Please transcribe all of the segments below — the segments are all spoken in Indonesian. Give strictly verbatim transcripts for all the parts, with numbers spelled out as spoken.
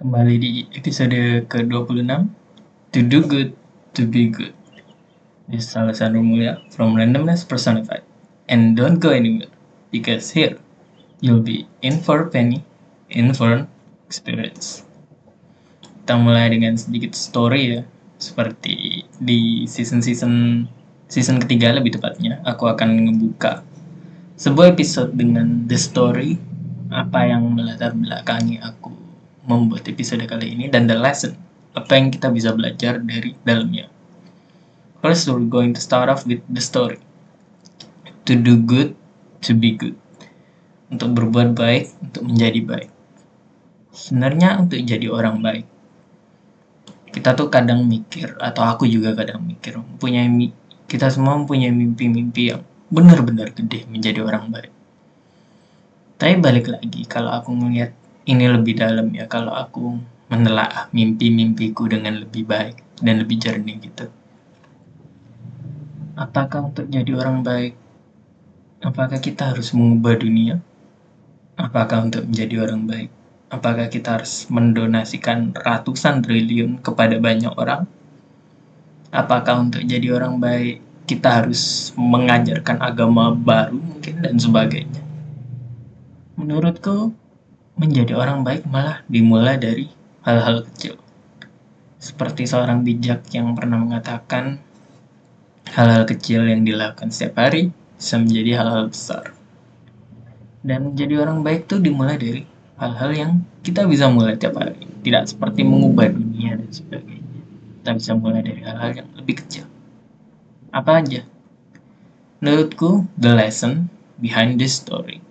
Kembali di episode ke dua puluh enam, To Do Good, To Be Good. This is Alessandro Mulya from Randomness Personified. And don't go anywhere, because here, you'll be in for a penny, in for an experience. Kita mulai dengan sedikit story ya, seperti di season-season season ketiga lebih tepatnya, aku akan ngebuka sebuah episode dengan the story, apa yang melatar belakangi aku membuat episode kali ini, dan the lesson, apa yang kita bisa belajar dari dalamnya. First, we're going to start off with the story. To do good, to be good. Untuk berbuat baik, untuk menjadi baik. Sebenarnya untuk jadi orang baik, kita tuh kadang mikir, atau aku juga kadang mikir, punya kita semua mempunyai mimpi-mimpi yang benar-benar gede menjadi orang baik. Tapi balik lagi, kalau aku ngeliat ini lebih dalam ya, kalau aku menelaah mimpi-mimpiku dengan lebih baik dan lebih jernih gitu. Apakah untuk jadi orang baik, apakah kita harus mengubah dunia? Apakah untuk menjadi orang baik, apakah kita harus mendonasikan ratusan triliun kepada banyak orang? Apakah untuk jadi orang baik, kita harus mengajarkan agama baru mungkin dan sebagainya? Menurutku, menjadi orang baik malah dimulai dari hal-hal kecil. Seperti seorang bijak yang pernah mengatakan, hal-hal kecil yang dilakukan setiap hari bisa menjadi hal-hal besar. Dan menjadi orang baik itu dimulai dari hal-hal yang kita bisa mulai tiap hari. Tidak seperti mengubah dunia dan sebagainya. Kita bisa mulai dari hal-hal yang lebih kecil. Apa aja? Menurutku, the lesson behind this story.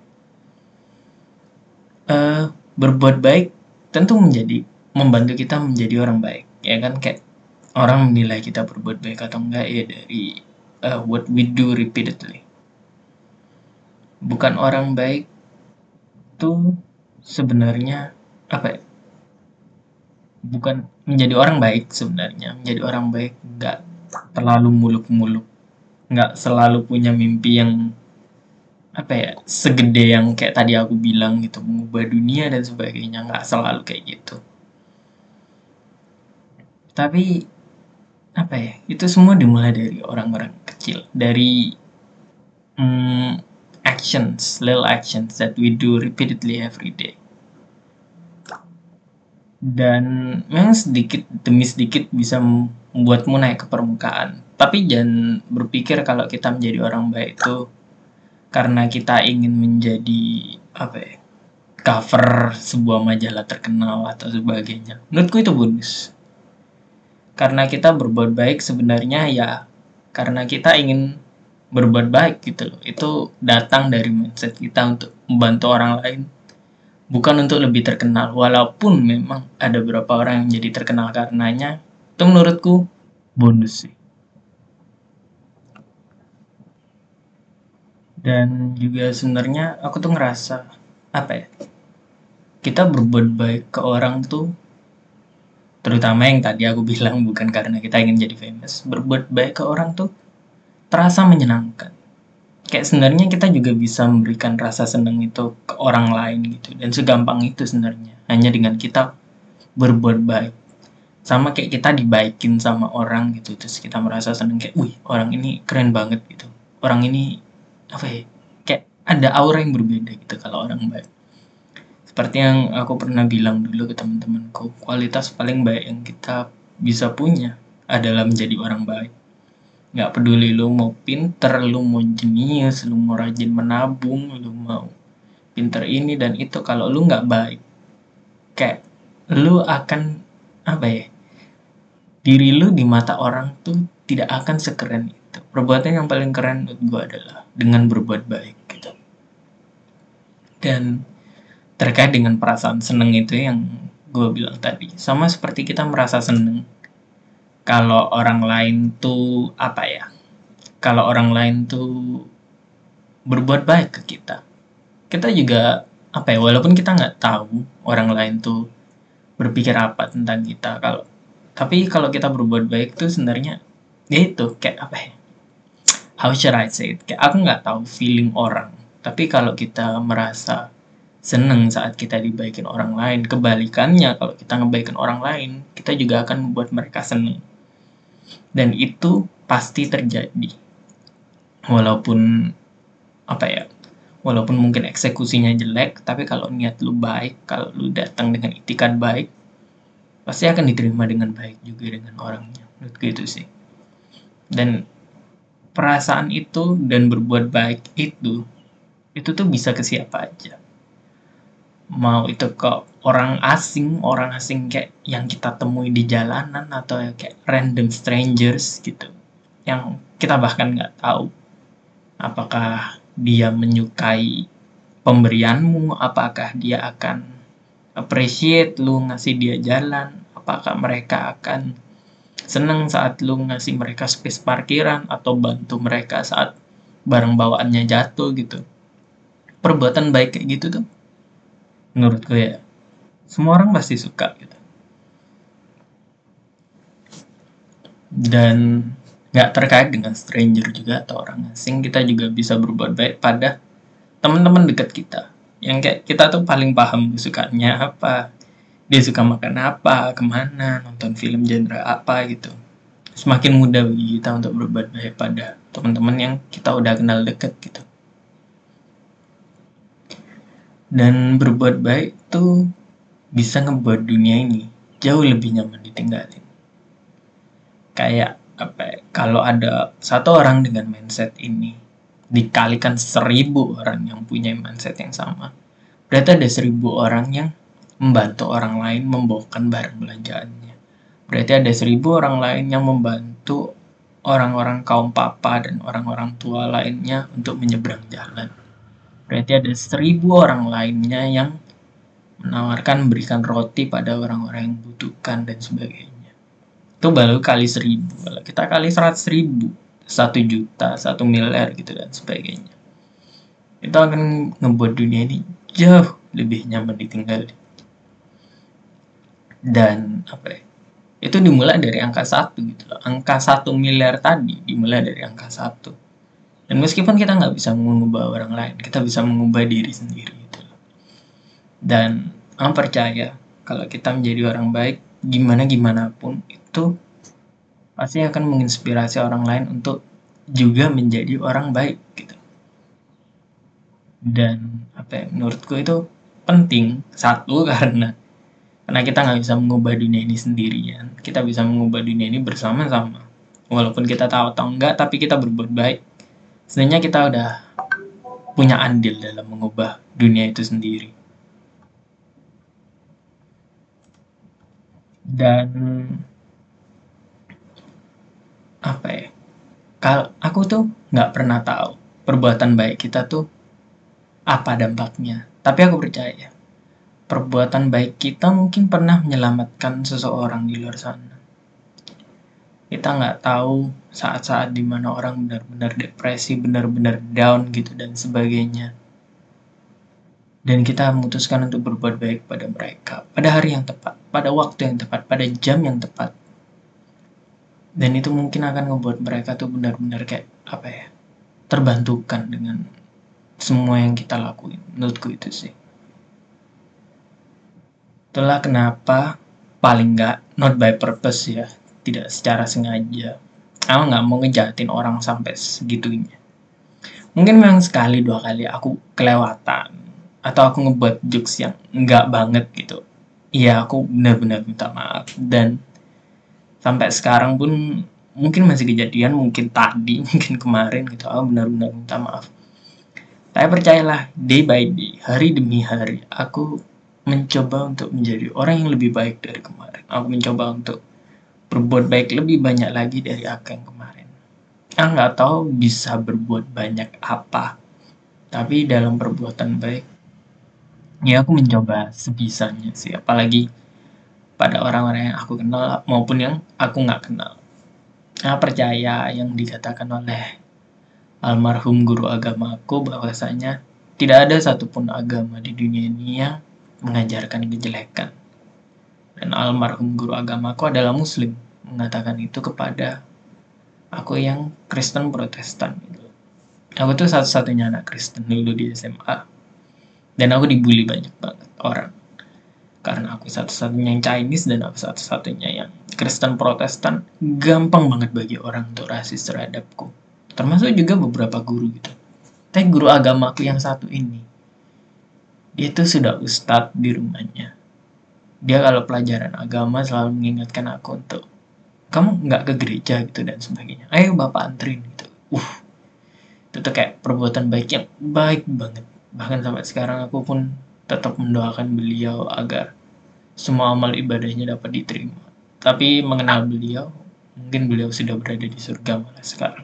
Uh, berbuat baik tentu menjadi membantu kita menjadi orang baik, ya kan? Kayak orang menilai kita berbuat baik atau enggak ya dari uh, what we do repeatedly. Bukan orang baik tuh sebenarnya apa ya? Bukan menjadi orang baik sebenarnya. Menjadi orang baik enggak terlalu muluk-muluk, enggak selalu punya mimpi yang apa ya, segede yang kayak tadi aku bilang gitu, mengubah dunia dan sebagainya, nggak selalu kayak gitu. Tapi apa ya, itu semua dimulai dari orang-orang kecil, dari mm, actions, little actions that we do repeatedly every day. Dan memang sedikit demi sedikit bisa membuatmu naik ke permukaan. Tapi jangan berpikir kalau kita menjadi orang baik itu karena kita ingin menjadi apa ya, cover sebuah majalah terkenal atau sebagainya. Menurutku itu bonus. Karena kita berbuat baik sebenarnya ya karena kita ingin berbuat baik gitu loh. Itu datang dari mindset kita untuk membantu orang lain. Bukan untuk lebih terkenal. Walaupun memang ada beberapa orang yang jadi terkenal karenanya. Itu menurutku bonus sih. Dan juga sebenarnya aku tuh ngerasa apa ya, kita berbuat baik ke orang tuh, terutama yang tadi aku bilang bukan karena kita ingin jadi famous, berbuat baik ke orang tuh terasa menyenangkan. Kayak sebenarnya kita juga bisa memberikan rasa senang itu ke orang lain gitu, dan segampang itu sebenarnya hanya dengan kita berbuat baik. Sama kayak kita dibaikin sama orang gitu, terus kita merasa senang kayak, wih orang ini keren banget gitu, orang ini apa ya, kayak ada aura yang berbeda gitu kalau orang baik. Seperti yang aku pernah bilang dulu ke teman-temanku, kualitas paling baik yang kita bisa punya adalah menjadi orang baik. Gak peduli lu mau pinter, lu mau jenius, lu mau rajin menabung, lu mau pinter ini dan itu, kalau lu gak baik, kayak lu akan apa ya, diri lu di mata orang tuh tidak akan sekeren itu. Perbuatan yang paling keren menurut gue adalah dengan berbuat baik gitu. Dan terkait dengan perasaan seneng itu yang gue bilang tadi, sama seperti kita merasa seneng kalau orang lain tuh apa ya, kalau orang lain tuh berbuat baik ke kita, kita juga apa ya, walaupun kita nggak tahu orang lain tuh berpikir apa tentang kita, kalau tapi kalau kita berbuat baik tuh sebenarnya ya itu kayak apa ya, how should I say it, kayak aku nggak tahu feeling orang, tapi kalau kita merasa seneng saat kita dibaikin orang lain. Kebalikannya, kalau kita ngebaikin orang lain, kita juga akan membuat mereka seneng. Dan itu pasti terjadi. Walaupun apa ya, walaupun mungkin eksekusinya jelek, tapi kalau niat lu baik, kalau lu datang dengan itikat baik, pasti akan diterima dengan baik juga dengan orangnya. Menurut gue itu sih. Dan perasaan itu dan berbuat baik itu, itu tuh bisa ke siapa aja. Mau itu ke orang asing, orang asing kayak yang kita temui di jalanan, atau kayak random strangers gitu, yang kita bahkan nggak tahu apakah dia menyukai pemberianmu, apakah dia akan appreciate lu ngasih dia jalan, apakah mereka akan seneng saat lu ngasih mereka space parkiran atau bantu mereka saat barang bawaannya jatuh gitu. Perbuatan baik kayak gitu tuh menurut gue ya, semua orang pasti suka gitu. Dan nggak terkait dengan stranger juga atau orang asing, kita juga bisa berbuat baik pada teman-teman dekat kita, yang kayak kita tuh paling paham kesukaannya apa, dia suka makan apa, kemana, nonton film genre apa gitu. Semakin mudah bagi kita untuk berbuat baik pada teman-teman yang kita udah kenal dekat gitu. Dan berbuat baik tuh bisa ngebuat dunia ini jauh lebih nyaman ditinggalin. Kayak apa ya, kalau ada satu orang dengan mindset ini dikalikan seribu orang yang punya mindset yang sama, berarti ada seribu orang yang membantu orang lain membawakan barang belanjaannya. Berarti ada seribu orang lain yang membantu orang-orang kaum papa dan orang-orang tua lainnya untuk menyeberang jalan. Berarti ada seribu orang lainnya yang menawarkan memberikan roti pada orang-orang yang membutuhkan dan sebagainya. Itu baru kali seribu. Kalau kita kali seratus ribu, satu juta, satu miliar gitu dan sebagainya, itu akan ngebuat dunia ini jauh lebih nyaman ditinggal. Dan apa ya, itu dimulai dari angka satu gitu loh. Angka satu miliar tadi dimulai dari angka satu. Dan meskipun kita nggak bisa mengubah orang lain, kita bisa mengubah diri sendiri gitu loh. Dan aku percaya kalau kita menjadi orang baik, gimana gimana pun itu pasti akan menginspirasi orang lain untuk juga menjadi orang baik gitu. Dan apa ya, menurutku itu penting. Satu, karena karena kita nggak bisa mengubah dunia ini sendirian, kita bisa mengubah dunia ini bersama-sama. Walaupun kita tahu atau enggak, tapi kita berbuat baik, sebenarnya kita udah punya andil dalam mengubah dunia itu sendiri. Dan apa ya, kalau aku tuh nggak pernah tahu perbuatan baik kita tuh apa dampaknya, tapi aku percaya perbuatan baik kita mungkin pernah menyelamatkan seseorang di luar sana. Kita nggak tahu saat-saat dimana orang benar-benar depresi, benar-benar down gitu dan sebagainya. Dan kita memutuskan untuk berbuat baik pada mereka, pada hari yang tepat, pada waktu yang tepat, pada jam yang tepat. Dan itu mungkin akan membuat mereka tuh benar-benar kayak apa ya, terbantukan dengan semua yang kita lakuin. Menurutku itu sih. Itulah kenapa paling nggak not by purpose ya, tidak secara sengaja, aku nggak mau ngejahatin orang sampai segitunya. Mungkin memang sekali dua kali aku kelewatan atau aku ngebuat jokes yang nggak banget gitu, iya aku benar-benar minta maaf. Dan sampai sekarang pun mungkin masih kejadian, mungkin tadi, mungkin kemarin gitu, aku benar-benar minta maaf. Tapi percayalah, day by day, hari demi hari, aku mencoba untuk menjadi orang yang lebih baik dari kemarin. Aku mencoba untuk berbuat baik lebih banyak lagi dari aku yang kemarin. Aku nggak tahu bisa berbuat banyak apa, tapi dalam perbuatan baik, ya aku mencoba sebisanya sih. Apalagi pada orang-orang yang aku kenal maupun yang aku nggak kenal. Aku percaya yang dikatakan oleh almarhum guru agamaku bahwasanya tidak ada satupun agama di dunia ini yang mengajarkan kejelekan. Dan almarhum guru agamaku adalah muslim, mengatakan itu kepada aku yang Kristen Protestan gitu. Aku tuh satu-satunya anak Kristen dulu di S M A. Dan aku dibully banyak banget orang. Karena aku satu-satunya yang Chinese dan aku satu-satunya yang Kristen Protestan, gampang banget bagi orang untuk rasis terhadapku. Termasuk juga beberapa guru gitu. Tapi guru agamaku yang satu ini, dia tuh sudah ustadz di rumahnya. Dia kalau pelajaran agama selalu mengingatkan aku untuk, kamu nggak ke gereja gitu dan sebagainya. Ayo bapak anterin gitu. Uh, itu tuh kayak perbuatan baik yang baik banget. Bahkan sampai sekarang aku pun tetap mendoakan beliau agar semua amal ibadahnya dapat diterima. Tapi mengenal beliau, mungkin beliau sudah berada di surga malah sekarang.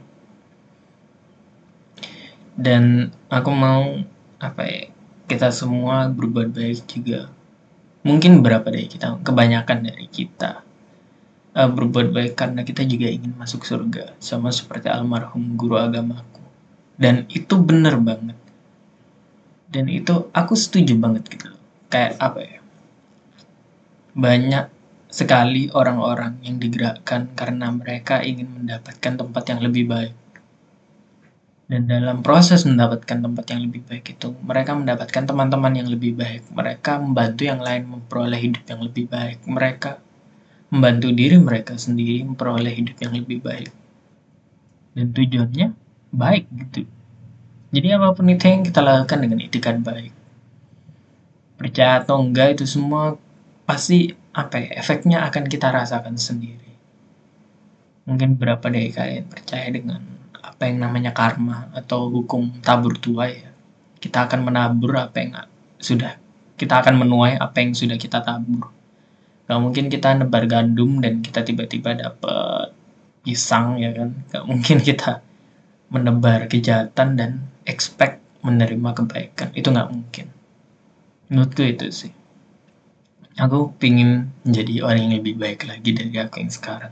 Dan aku mau apa ya, kita semua berbuat baik juga. Mungkin beberapa dari kita, kebanyakan dari kita uh, berbuat baik karena kita juga ingin masuk surga, sama seperti almarhum guru agamaku. Dan itu bener banget. Dan itu aku setuju banget gitu loh. Kayak apa ya, banyak sekali orang-orang yang digerakkan karena mereka ingin mendapatkan tempat yang lebih baik. Dan dalam proses mendapatkan tempat yang lebih baik itu, mereka mendapatkan teman-teman yang lebih baik. Mereka membantu yang lain memperoleh hidup yang lebih baik. Mereka membantu diri mereka sendiri memperoleh hidup yang lebih baik. Dan tujuannya baik gitu. Jadi apapun itu yang kita lakukan dengan itikat baik. Percaya atau enggak, itu semua pasti apa ya, efeknya akan kita rasakan sendiri. Mungkin beberapa dari kalian percaya dengan apa yang namanya karma atau hukum tabur tuai ya. Kita akan menabur apa yang sudah, kita akan menuai apa yang sudah kita tabur. Gak mungkin kita nebar gandum dan kita tiba-tiba dapet pisang ya kan. Gak mungkin kita menebar kejahatan dan expect menerima kebaikan. Itu gak mungkin. Menurutku itu sih. Aku pingin menjadi orang yang lebih baik lagi dari aku yang sekarang.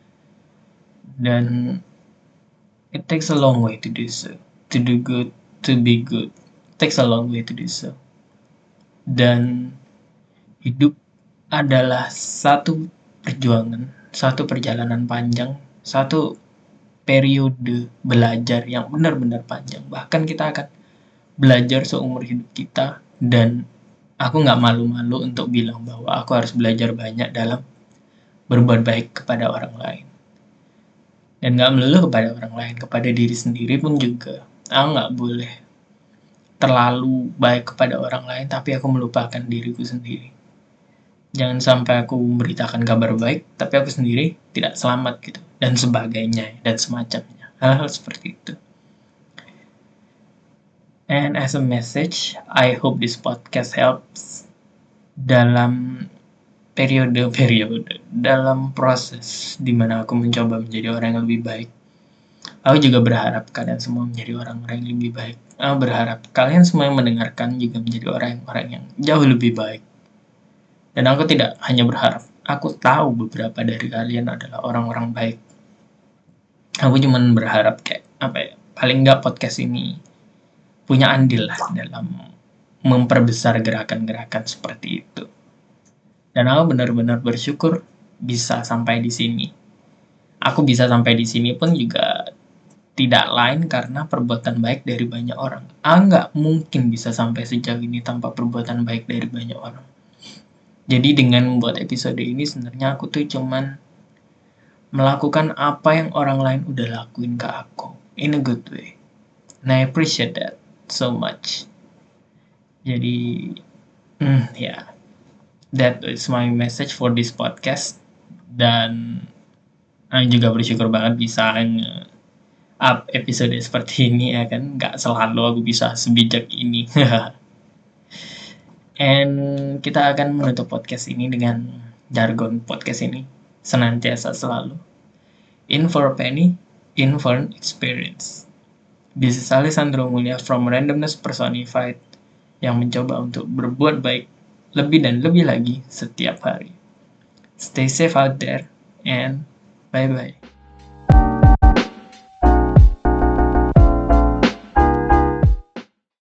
Dan it takes a long way to do so. To do good, to be good. It takes a long way to do so. Dan hidup adalah satu perjuangan, satu perjalanan panjang, satu periode belajar yang benar-benar panjang. Bahkan kita akan belajar seumur hidup kita, dan aku gak malu-malu untuk bilang bahwa aku harus belajar banyak dalam berbuat baik kepada orang lain. Dan gak melulu kepada orang lain, kepada diri sendiri pun juga. Aku gak boleh terlalu baik kepada orang lain, tapi aku melupakan diriku sendiri. Jangan sampai aku memberitakan kabar baik, tapi aku sendiri tidak selamat gitu. Dan sebagainya, dan semacamnya. Hal-hal seperti itu. And as a message, I hope this podcast helps dalam periode-periode, dalam proses dimana aku mencoba menjadi orang yang lebih baik. Aku juga berharap kalian semua menjadi orang-orang yang lebih baik. Aku berharap kalian semua yang mendengarkan juga menjadi orang-orang yang jauh lebih baik. Dan aku tidak hanya berharap, aku tahu beberapa dari kalian adalah orang-orang baik. Aku cuma berharap kayak, apa ya, paling nggak podcast ini punya andil lah dalam memperbesar gerakan-gerakan seperti itu. Dan aku benar-benar bersyukur bisa sampai di sini. Aku bisa sampai di sini pun juga tidak lain karena perbuatan baik dari banyak orang. Aku nggak mungkin bisa sampai sejauh ini tanpa perbuatan baik dari banyak orang. Jadi dengan membuat episode ini sebenarnya aku tuh cuman melakukan apa yang orang lain udah lakuin ke aku. In a good way. And I appreciate that so much. Jadi, hmm, ya, yeah. That is my message for this podcast. Dan aku juga bersyukur banget bisa nge-up episode seperti ini ya kan. Gak selalu aku bisa sebijak ini. And kita akan menutup podcast ini dengan jargon podcast ini. Senantiasa selalu. In for a penny, in for an experience. This is Alessandro Mulya from Randomness Personified yang mencoba untuk berbuat baik lebih dan lebih lagi setiap hari. Stay safe out there and bye-bye.